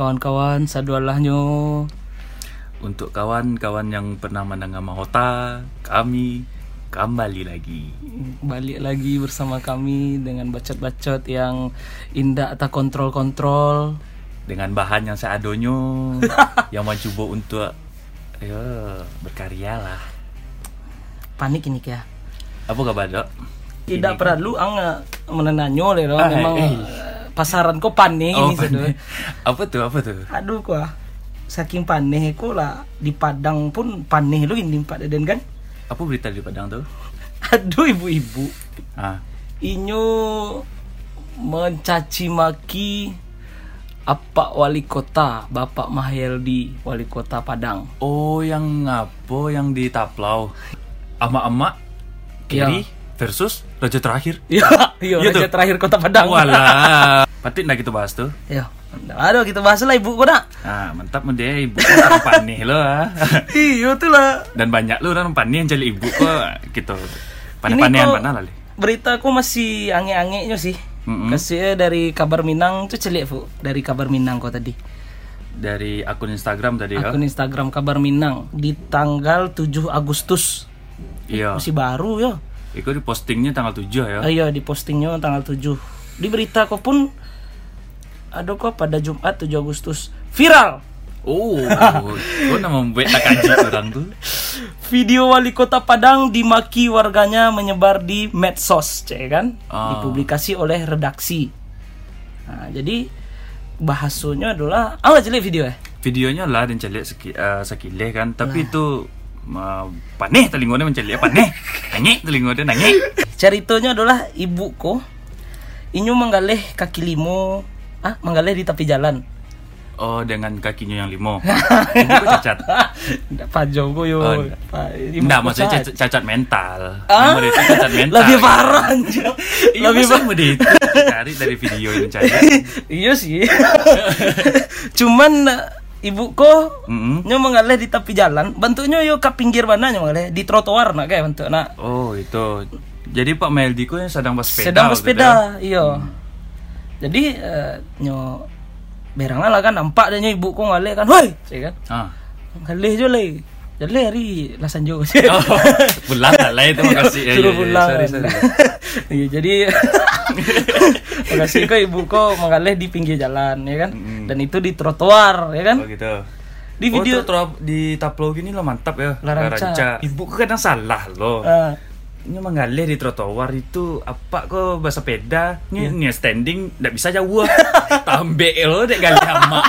kawan-kawan sadualahnya. Untuk kawan-kawan yang pernah mendengar Mahota, kami kembali lagi. Balik lagi bersama kami dengan bacot-bacot yang indah atau kontrol-kontrol. Dengan bahan yang seadonyo, yang mencoba untuk berkarya lah. Panik ini ya. Apa kabar dok? Tidak perlu angga menanyo loh. Memang pasaran kok panik ini sudah. Apa tuh? Aduh kuah. Saking paneh ko lah di Padang pun paneh lo ini Pak Deden kan. Apa berita di Padang tuh? Aduh ibu-ibu. Inyo mencaci maki apa wali kota Bapak Mahyeldi, wali kota Padang. Oh, yang ngapo yang di Taplau. Ama-ama Kiri versus Raja Terakhir. Iya, Raja Terakhir Kota Padang. Walah. Pati ndak kita bahas tuh. Iya. Aduh, kita bahas lah ibu ko nak. Mantap mo deh ibu ko panih lo Iya tuh lah. Dan banyak lo orang panih yang jadi ibu ko gitu. Panih-panihan mana lah. Berita ko masih ange-angenya sih. Kasih dari kabar Minang tuh celik Bu. Dari kabar Minang ko tadi. Dari akun Instagram tadi ya. Akun Instagram kabar Minang di tanggal 7 Agustus. Iya. Masih baru ya. Itu di postingnya tanggal 7 ya. Iya, di postingnya tanggal 7. Di berita ko pun ada kok pada Jumat 7 Agustus viral. Oh, kok nama membuat tak kaji orang tuh. Video wali kota Padang dimaki warganya menyebar di medsos, cek kan? Dipublikasi oleh redaksi. Nah, jadi bahasanya adalah jelek video ya. Videonya lah dan celik sekile kan, tapi itu paneh telingonya mencelik paneh. Nangis telingonya nangis. Ceritanya adalah ibuku inyo menggalih kaki limo, menggalih di tepi jalan. Oh, dengan kakinya yang 5. Ibu cacat. Nggak pajogo yo. Nggak, maksudnya cacat mental. Nomor itu cacat mental. Lebih parah anjir. Lebih parah itu. Cari dari video ini cari. Iya sih. Cuman ibuku nyo mengalih di tepi jalan, bentuknya yo ke pinggir mana nyo mengalih di trotoar nak kayak bentuk nak. Oh, itu. Jadi Pak Mahyeldi ku yang sedang bersepeda. Sedang bersepeda, iya. Jadi nyo berang lah kan nampak dia ibu ko ngalih kan, "Woi," cik kan. Ngalih je le. Jadi hari lasan jo. Pulang lah itu makasih. Suruh pulang. Sorry. Iya, jadi makasih kok ibu ko mengalih di pinggir jalan ya kan. Dan itu di trotoar ya kan. Oh gitu. Di video di Taplau gini lo mantap ya. Laranca. Ibu ku kadang salah lo. Ini mengalir di trotoar itu apa kok bahasa peda ini standing nggak bisa jauh tambah lo dek gali amak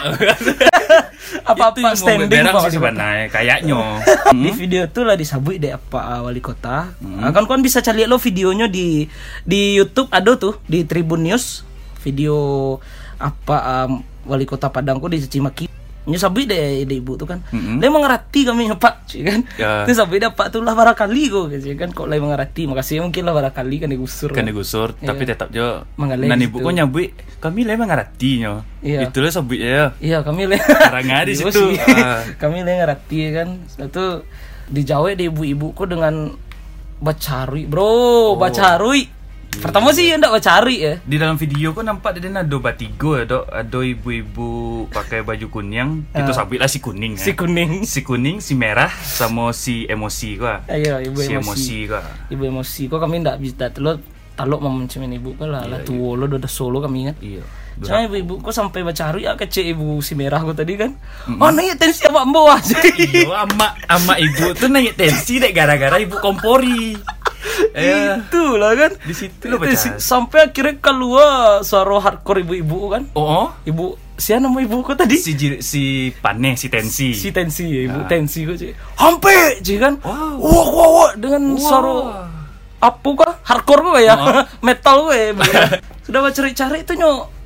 apa standing apa sih sebenarnya kayaknya di video tuh lah disabui deh apa wali kota kan bisa cari lo videonya di YouTube ada tuh di Tribun News video apa wali kota Padang kok dicaci maki nyusabui deh ibu tuh kan. Dia mengerti kami Pak, kan. Itu sabui dapat tuh lah barakali kok kan kok lain mengerti. Makasih mungkin lah barakali kan digusur. Tapi tetap jo. Nan ibu kok nyabui kami lain mengerti nyo. Itulah sabui ya. Iya, kami lain. Karang di situ. Kami lain ngerti kan. Itu dijawab di ibu-ibu kok dengan bacarui, bro, bacarui. Pertama sih ndak cari ya. Di dalam video kok nampak dia ada batigo ya, Dok. Ada ibu-ibu pakai baju kuning, itu sabit lah si kuning. Si kuning, si merah sama si emosi kok. Iya, ibu si emosi kok. Ibu emosi kok kami ndak bisa taluk memencemin ibu kan lah tuh lo udah solo kami kan. Iya. Cuma ibu kok sampai bacari kecil ibu si merah kok tadi kan. Naik tensi apa mbak aja. Iya, ama ibu tuh naik tensi deh gara-gara ibu kompori. Itulah kan di situ lo baca sampai akhirnya keluar suara hardcore ibu-ibu kan. Ibu siapa nama ibu kok tadi si Paneh si Tensi ya, ibu Tensi kok cik hampe cik kan. Wah dengan suara apa kah hardcore kok ya metal kok ya. Sudah cari-cari itu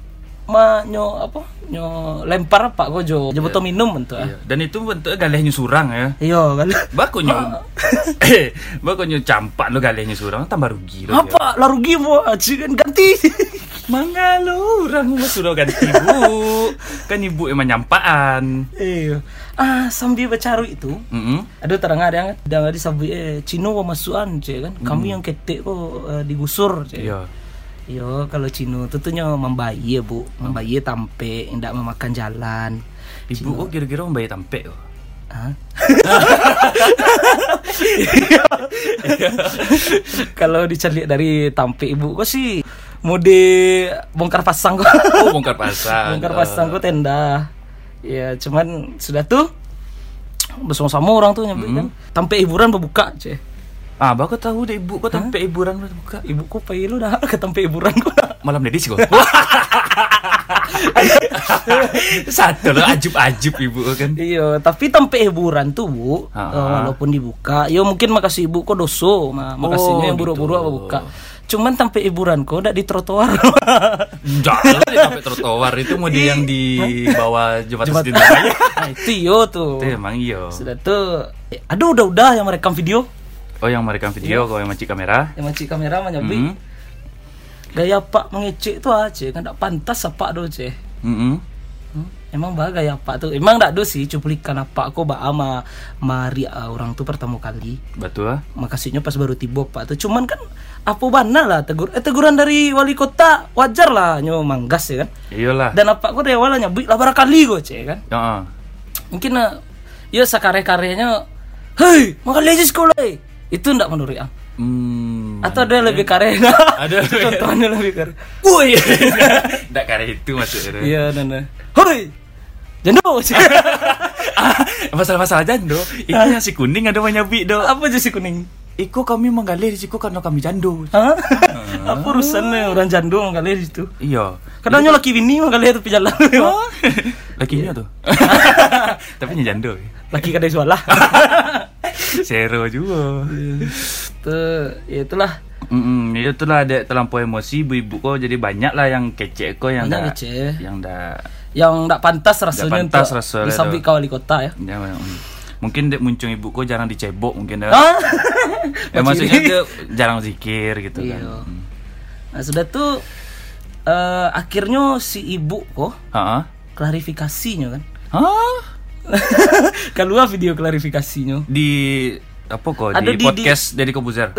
lempar apa kok botol minum bentuk dan itu bentuknya galehnya surang ya. Iya galeh bakonyo campak lo galehnya surang tambah rugi lo apa lah rugi mau kan ganti mangga lo orang sudah ganti bu kan ibu emang nyampaan. Iya sambil bacaru itu aduh terang ada yang disabui Cino masukan cek kan kami yang ketek kok digusur cek. Iya Yo, kalau Cino itu tuh nyo membayi ya bu, membayi tampe, tidak memakan jalan. Ibu kok kira-kira membayi tampe kok? Hah? Kalau dicari dari tampe ibu kok sih mode bongkar pasang kok. Oh, bongkar pasang. Bongkar pasang kok tenda. Ya, cuman sudah tuh bersama-sama orang tuh nyampe kan. Tampe hiburan berbuka, Ceh. Ah, baku tahu deh ibu kok tampe hiburan berbuka. Ibu kok pai lu dah ke tampe hiburan kok. Malam dedis kok. Satu loh ajub-ajub ibu kan. Iya, tapi tempe hiburan tuh bu, walaupun dibuka, ya mungkin makasih ibu kok doso, makasihnya yang buru-buru apa buka. Cuman tempe hiburan kok udah di trotoar. Jangan di tempe trotoar itu mau yang di bawah jembatan Sudirman. Nah, itu yo tuh. Itu emang iyo. Sudah tuh. Aduh udah yang merekam video. Oh yang merekam video kok yang macik kamera. Yang macik kamera menyabi. Gaya pak mengecek tuh aja kan tak pantas apa do ceh. Emang bah gaya pak tuh emang tak do sih cuplikan apa aku bah ama mari orang tuh pertama kali. Betul ah. Makasihnya pas baru tiba pak tuh cuman kan apa bana lah teguran dari wali kota wajar lah nyo manggas ya kan. Iyalah. Dan apa aku dari awalnya nyabui lah barakali go ceh kan. Mungkin ya sakare-karenya hei makan lagi sekolah itu ndak menurut ang. Atau ada lebih karena ada contohnya lebih karena woi ndak karena itu maksudnya iya nana hoi jando masalah jando itu yang si kuning ada menyabi do apa aja si kuning Iko kami menggali di situ karena kami jando. Apa urusannya orang jando menggali di situ? Iya. Kadangnya laki bini menggali itu jalan. Lakinya tuh. Tapi nya jando. Laki kadang sualah. Zero juga. Tuh, ya itulah. Itulah ada terlampau emosi ibu-ibu kok jadi banyak lah yang kece kok yang enggak pantas rasanya untuk disabik ke wali kota ya. Mungkin dek muncung ibu kok jarang dicebok mungkin dah. Maksudnya dia jarang zikir gitu kan. Nah, sudah tuh akhirnya si ibu kok klarifikasinya kan. Keluar video klarifikasinya di apa kok di podcast Deddy Kobuzer.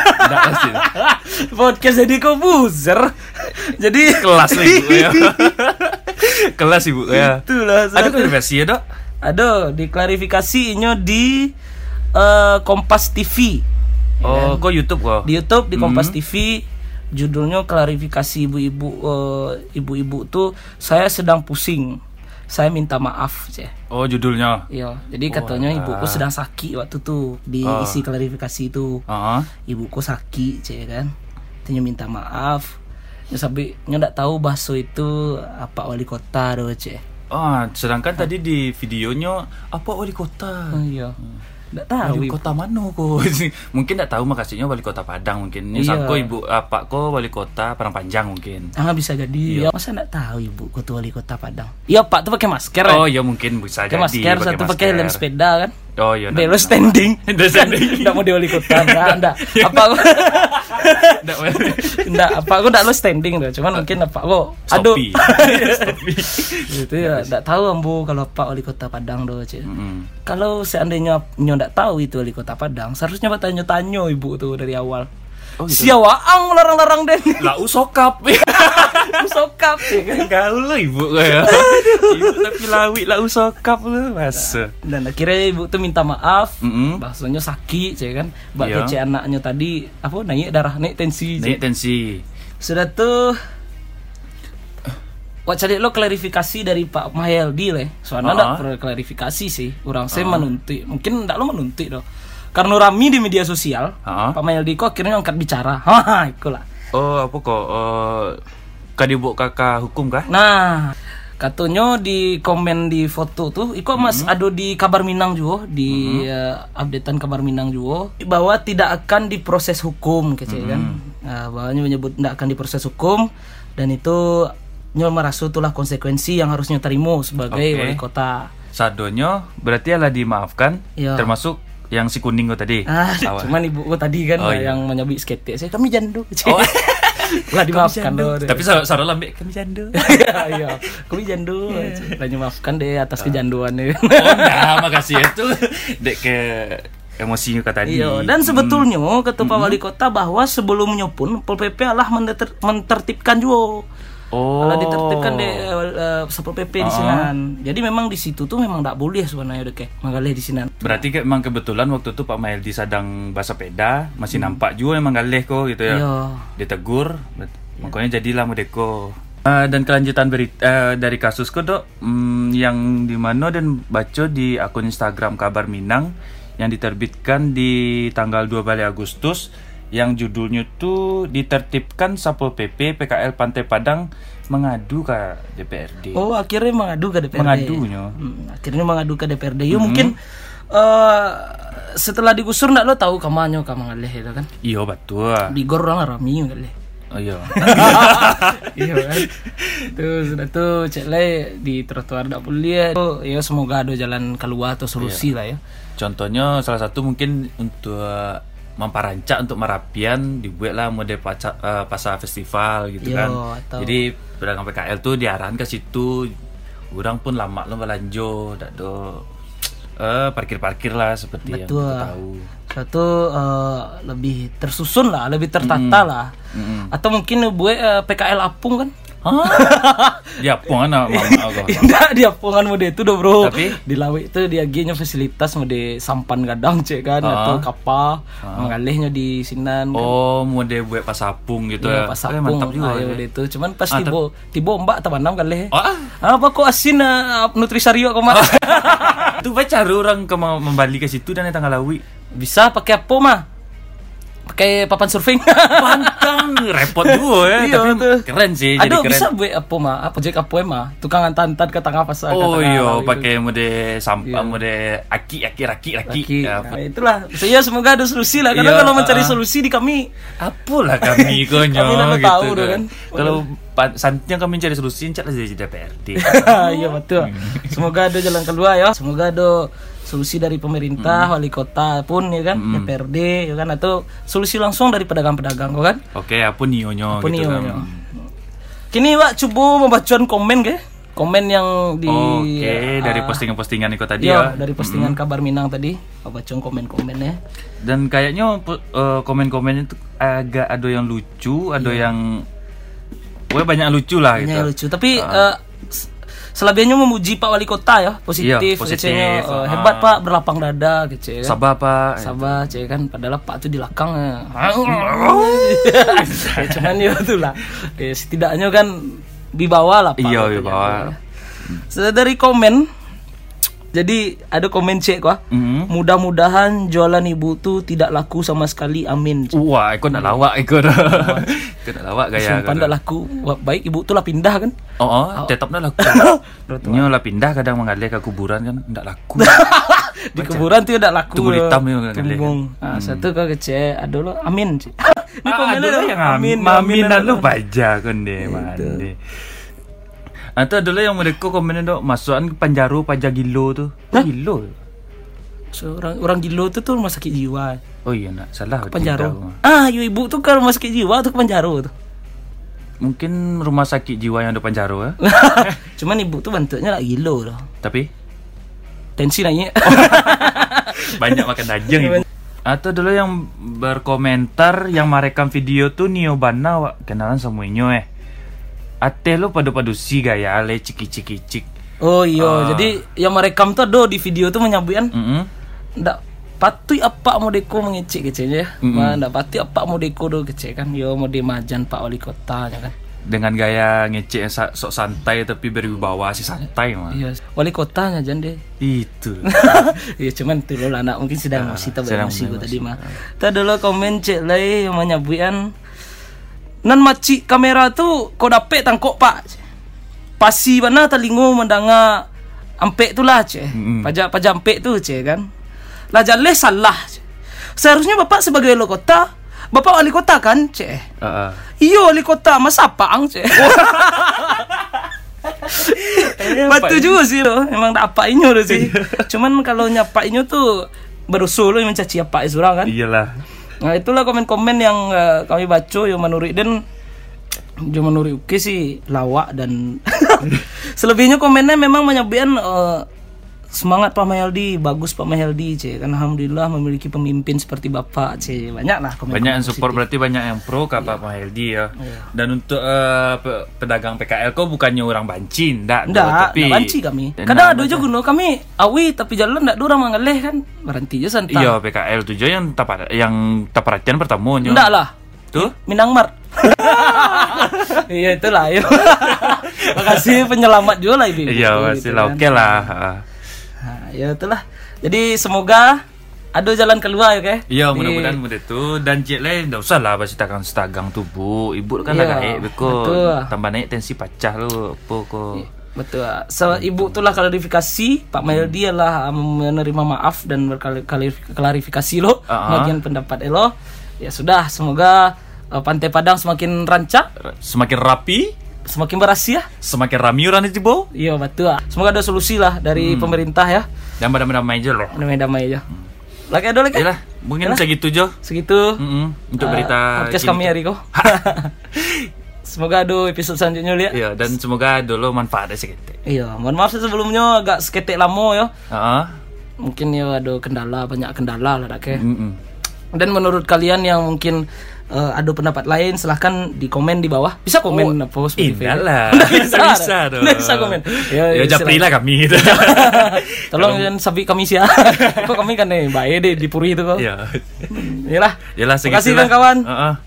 Podcast Deddy Kobuzer. Jadi kelas lah ibu ya. Kelas ibu ya. Itulah. Ada klarifikasi ya, Dok? Ada diklarifikasinya di Kompas TV. Oh, kok YouTube kok? Di YouTube di Kompas TV judulnya klarifikasi ibu-ibu tuh saya sedang pusing. Saya minta maaf, Ceh. Oh, judulnya. Iya, jadi katanya ibuku sedang sakit waktu tuh di isi klarifikasi itu. Ibuku sakit, Ceh kan. Tanya minta maaf. Ya sampai ndak tahu bahasa itu apa wali kota doh, Ceh. Sedangkan tadi di videonya apa wali kota? Iya. Enggak tahu wali kota mana kok. Mungkin enggak tahu makasihnya wali kota Padang mungkin. Ini sangko ibu apa kok wali kota Padang Panjang mungkin. Bisa jadi. Ya, masa enggak tahu ibu kota wali kota Padang. Iya, Pak tuh pakai masker. Oh, ya mungkin bisa jadi. Masker satu pakai helm sepeda kan. Oh iya. Belo standing. Enggak mau di wali kota. Enggak. Apa enggak apa aku enggak lo standing tuh. Cuman mungkin apa kok. Aduh. Gitu ya. Enggak tahu ambu kalau Pak wali kota Padang doh, Cik. Kalau seandainya ndak tahu itu wali kota Padang, seharusnya bertanya-tanya ibu tuh dari awal. Oh, gitu. Siawaang larang-larang den. Lah usokap. Usokap ya kan gaul lo ibu kayak. Ibu tapi lawi lah usokap lo masa. Dan akhirnya ibu tuh minta maaf. Bahasanya sakit ya kan. Mbak kece anaknya tadi apa naik darah naik tensi. Naik tensi. Sudah tuh cari lo klarifikasi dari Pak Mahyaldi lah. Soalnya enggak perlu klarifikasi sih. Orang saya menuntik. Mungkin enggak lo menuntik loh. Karena rame di media sosial, Pak Mahyaldi kok akhirnya angkat bicara. Itulah. Oh, apa kok? Kadibuk kakak hukum kah? Nah, katanya di komen di foto tuh, iko mas ada di Kabar Minang juga, di updatean Kabar Minang juga, bahwa tidak akan diproses hukum, kece kan? Nah, bahwa menyebut tidak akan diproses hukum dan itu nyo merasa itulah konsekuensi yang harusnya terima sebagai wali kota. Sadonyo berarti adalah dimaafkan, termasuk yang si kuning kok tadi. Cuman ibu kok tadi kan yang menyabik skete. Saya kami jando. Lah dimaafkan loh. Tapi sarah lambek kami jando. Iya, kami jando. Lah dimaafkan deh atas kejandoannya. Oh, nah, makasih itu. Dek ke emosinya kata tadi. Iya, dan sebetulnya kata Pak Wali Kota bahwa sebelumnya pun Pol PP alah mentertibkan juga. Oh. Alah ditertibkan di Satpol PP di Sinan. Jadi memang di situ tuh memang tidak boleh sebenarnya dek mengalih di Sinan. Berarti memang kebetulan waktu itu Pak Maeldi sedang basapeda, masih nampak juga emang galih kok gitu ya. Iya. Ditegur, makanya jadilah Modeko. Dan kelanjutan berita dari kasus kok dok, yang dimana dan baca di akun Instagram Kabar Minang yang diterbitkan di tanggal 2 Agustus yang judulnya tuh ditertibkan Satpol PP PKL Pantai Padang mengadu ke DPRD. Oh, akhirnya mengadu ke DPRD. Mengadunya. Akhirnya mengadu ke DPRD. Yo mungkin setelah digusur ndak lo tahu kamanyo kamangaleh itu kan. Iya betul. Di gor orang rami kali. Oh iya. Iya kan. Tuh sudah tuh cek le di trotoar ndak boleh. Ya semoga ada jalan keluar atau solusi lah ya. Contohnya salah satu mungkin untuk memparancak untuk Merapian dibuatlah mode pasar festival gitu kan. Jadi pedagang PKL tuh diarahan ke situ. Orang pun lama lo belanja, dak do parkir lah seperti yang kita tahu. Satu lebih tersusun lah, lebih tertata lah. Atau mungkin buat PKL Apung kan? Di Apung kan mama aku. Tidak di Apungan mode itu doh bro. Tapi di Lawi itu dia nya fasilitas mode sampan gadang cek kan atau kapal mengalihnya di Sinan. Oh, mode buat pas Apung gitu ya. Pas Apung. Mantap juga mode itu. Cuman pas tiba mbak tabanam kalih. Apa kok asin nutrisario kemarin. Itu baca orang kembali ke situ dan tanggal Lawi. Bisa pakai apa mah? Pakai papan surfing. Pantang repot juga ya. Iya, tapi tuh. Keren sih. Aduh, jadi keren. bisa buat apa mah? Apa jadi apa mah? Tukang tantan ke tengah pasar. Oh iya, pakai mode sampah, mode aki. Ya, nah, itulah. Saya semoga ada solusi lah. Karena kalau mencari solusi di kami, apalah kami konyo kami gitu tahu kan. Kalau santinya kami cari solusi, cak lah jadi DPRD. Iya betul. Semoga ada jalan keluar ya. Semoga ada solusi dari pemerintah, wali kota pun ya kan, DPRD ya kan, atau solusi langsung dari pedagang-pedagang kan. Oke, apa nionyo gitu kan. Kini Wak coba membacakan komen ke? Komen yang di dari postingan-postingan itu tadi ya. Dari postingan Kabar Minang tadi, bacakan komen-komennya. Dan kayaknya komen-komennya itu agak ada yang lucu, ada yang banyak lucu lah gitu. Banyak lucu, tapi selebihnya memuji Pak Wali Kota ya, positif. Hebat Pak, berlapang dada gitu ya. Sabar Pak. Sabar cek kan, padahal Pak tuh di belakang ya. Cuman ya itulah. Setidaknya kan di bawah lah Pak. Iya, di bawah. Dari komen, jadi ada komen cek wah. Mudah-mudahan jualan ibu tuh tidak laku sama sekali, amin. Wah, ikut nak lawak ikut. Ikut nak lawak gaya. Sumpah tidak laku. Wah, baik ibu tuh lah pindah kan. Tetap nak laku. Nyo lah pindah kadang mengalir ke kuburan kan tidak laku. Di kuburan tuh tidak laku. Tunggu hitam ya mengalir. Satu kau kece, aduh lo amin. Ini komennya yang amin. Aminan lu baca kan deh, mandi. Atau adalah yang mereka komen dok masukan Panjaro pajak gilo tuh. Gilo. So, orang gilo tuh rumah sakit jiwa. Oh iya nak salah. Panjaro. Ibu tuh ke rumah sakit jiwa tuh ke Panjaro tuh. Mungkin rumah sakit jiwa yang ada Panjaro ya. Cuman ibu tuh bentuknya lah gilo loh. Tapi tensi naiknya. Banyak makan daging ibu. Atau dulu yang berkomentar yang merekam video tuh Nio Bana kenalan semuanya Ate lo padu-padu si gaya ale ciki-ciki-cik. Oh iya, jadi yang merekam tuh ada di video tuh menyambutkan ndak patui apa mau deko mengecek kecenya ya. Ndak patui apa mau deko do kecek kan. Yo mau dimajan Pak Wali Kota ya kan. Dengan gaya ngecek sok santai tapi berwibawa si santai mah. Iya, Wali Kota ngajan deh. Itu. Iya cuman tuh lo anak mungkin sedang emosi gua tadi mah. Tadi lo komen cek lagi yang menyambutkan nan maci kamera tu kau dapet tangkok Pak. Pasi mana telingo mendanga ampek tu lah cek. Pajak ampek tu cek kan. Lah jaleh salah. Seharusnya Bapak sebagai wali kota, Bapak wali kota kan cek. Iyo wali kota masa apaan cek. Batu juga sih lo. Memang tak apa inyo sih. Cuman kalau nyapa inyo tuh berusul lo yang mencaci apa surang kan. Iyalah. Nah itulah komen-komen yang kami baca yang menurut dan yang menurut Uki sih lawak dan selebihnya komennya memang menyebutkan semangat Pak Mahyaldi, bagus Pak Mahyaldi, kan alhamdulillah memiliki pemimpin seperti Bapak, banyak lah komen. Banyak yang support, berarti banyak yang pro ke Pak Mahyaldi ya. Dan untuk pedagang PKL kok bukannya orang banci, enggak banci kami. Dan Kadang ada juga kuno kami awi tapi jalan ndak durang mangaleh kan, berhenti aja santai. Iya, PKL tuh yang perhatian pertama nya. Enggak lah. Tuh Minangmar. Iya itulah ya. Makasih penyelamat juga lah Ibu. Iya, masih lah oke lah. Nah, ya itulah. Jadi semoga ada jalan keluar ya, oke? Iya, mudah-mudahan mudah tuh. Dan cik lain enggak usah lah basi tagang tu Bu. Ibu kan agak beko. Tambah naik tensi pecah lo apa kok. Betul. Ibu itulah klarifikasi, Pak Mahyaldi lah menerima maaf dan berklarifikasi lo bagian pendapat lo. Ya sudah, semoga Pantai Padang semakin rancak, semakin rapi, semakin berhasil, semakin rami orang itu Bu. Iya betul. Semoga ada solusi lah dari pemerintah ya. Dan damai aja loh. Damai aja. Lagi ada lagi. Yalah, mungkin segitu Jo. Segitu. Untuk berita podcast kami hari kok. Semoga ada episode selanjutnya lihat. Iya, dan semoga dulu manfaatnya seketik. Iya, mohon maaf sebelumnya agak seketik lama ya. Mungkin ya ada banyak kendala lah dak. Dan menurut kalian yang mungkin ada pendapat lain, silahkan di komen di bawah. Bisa komen apa Spotify. Bisa dong. Bisa komen. Ya japrilah kami gitu. Tolong jangan sabi kami sih. Kok kami kan baik deh di Puri itu kok. Iya. Iyalah. Terima kasih kawan-kawan.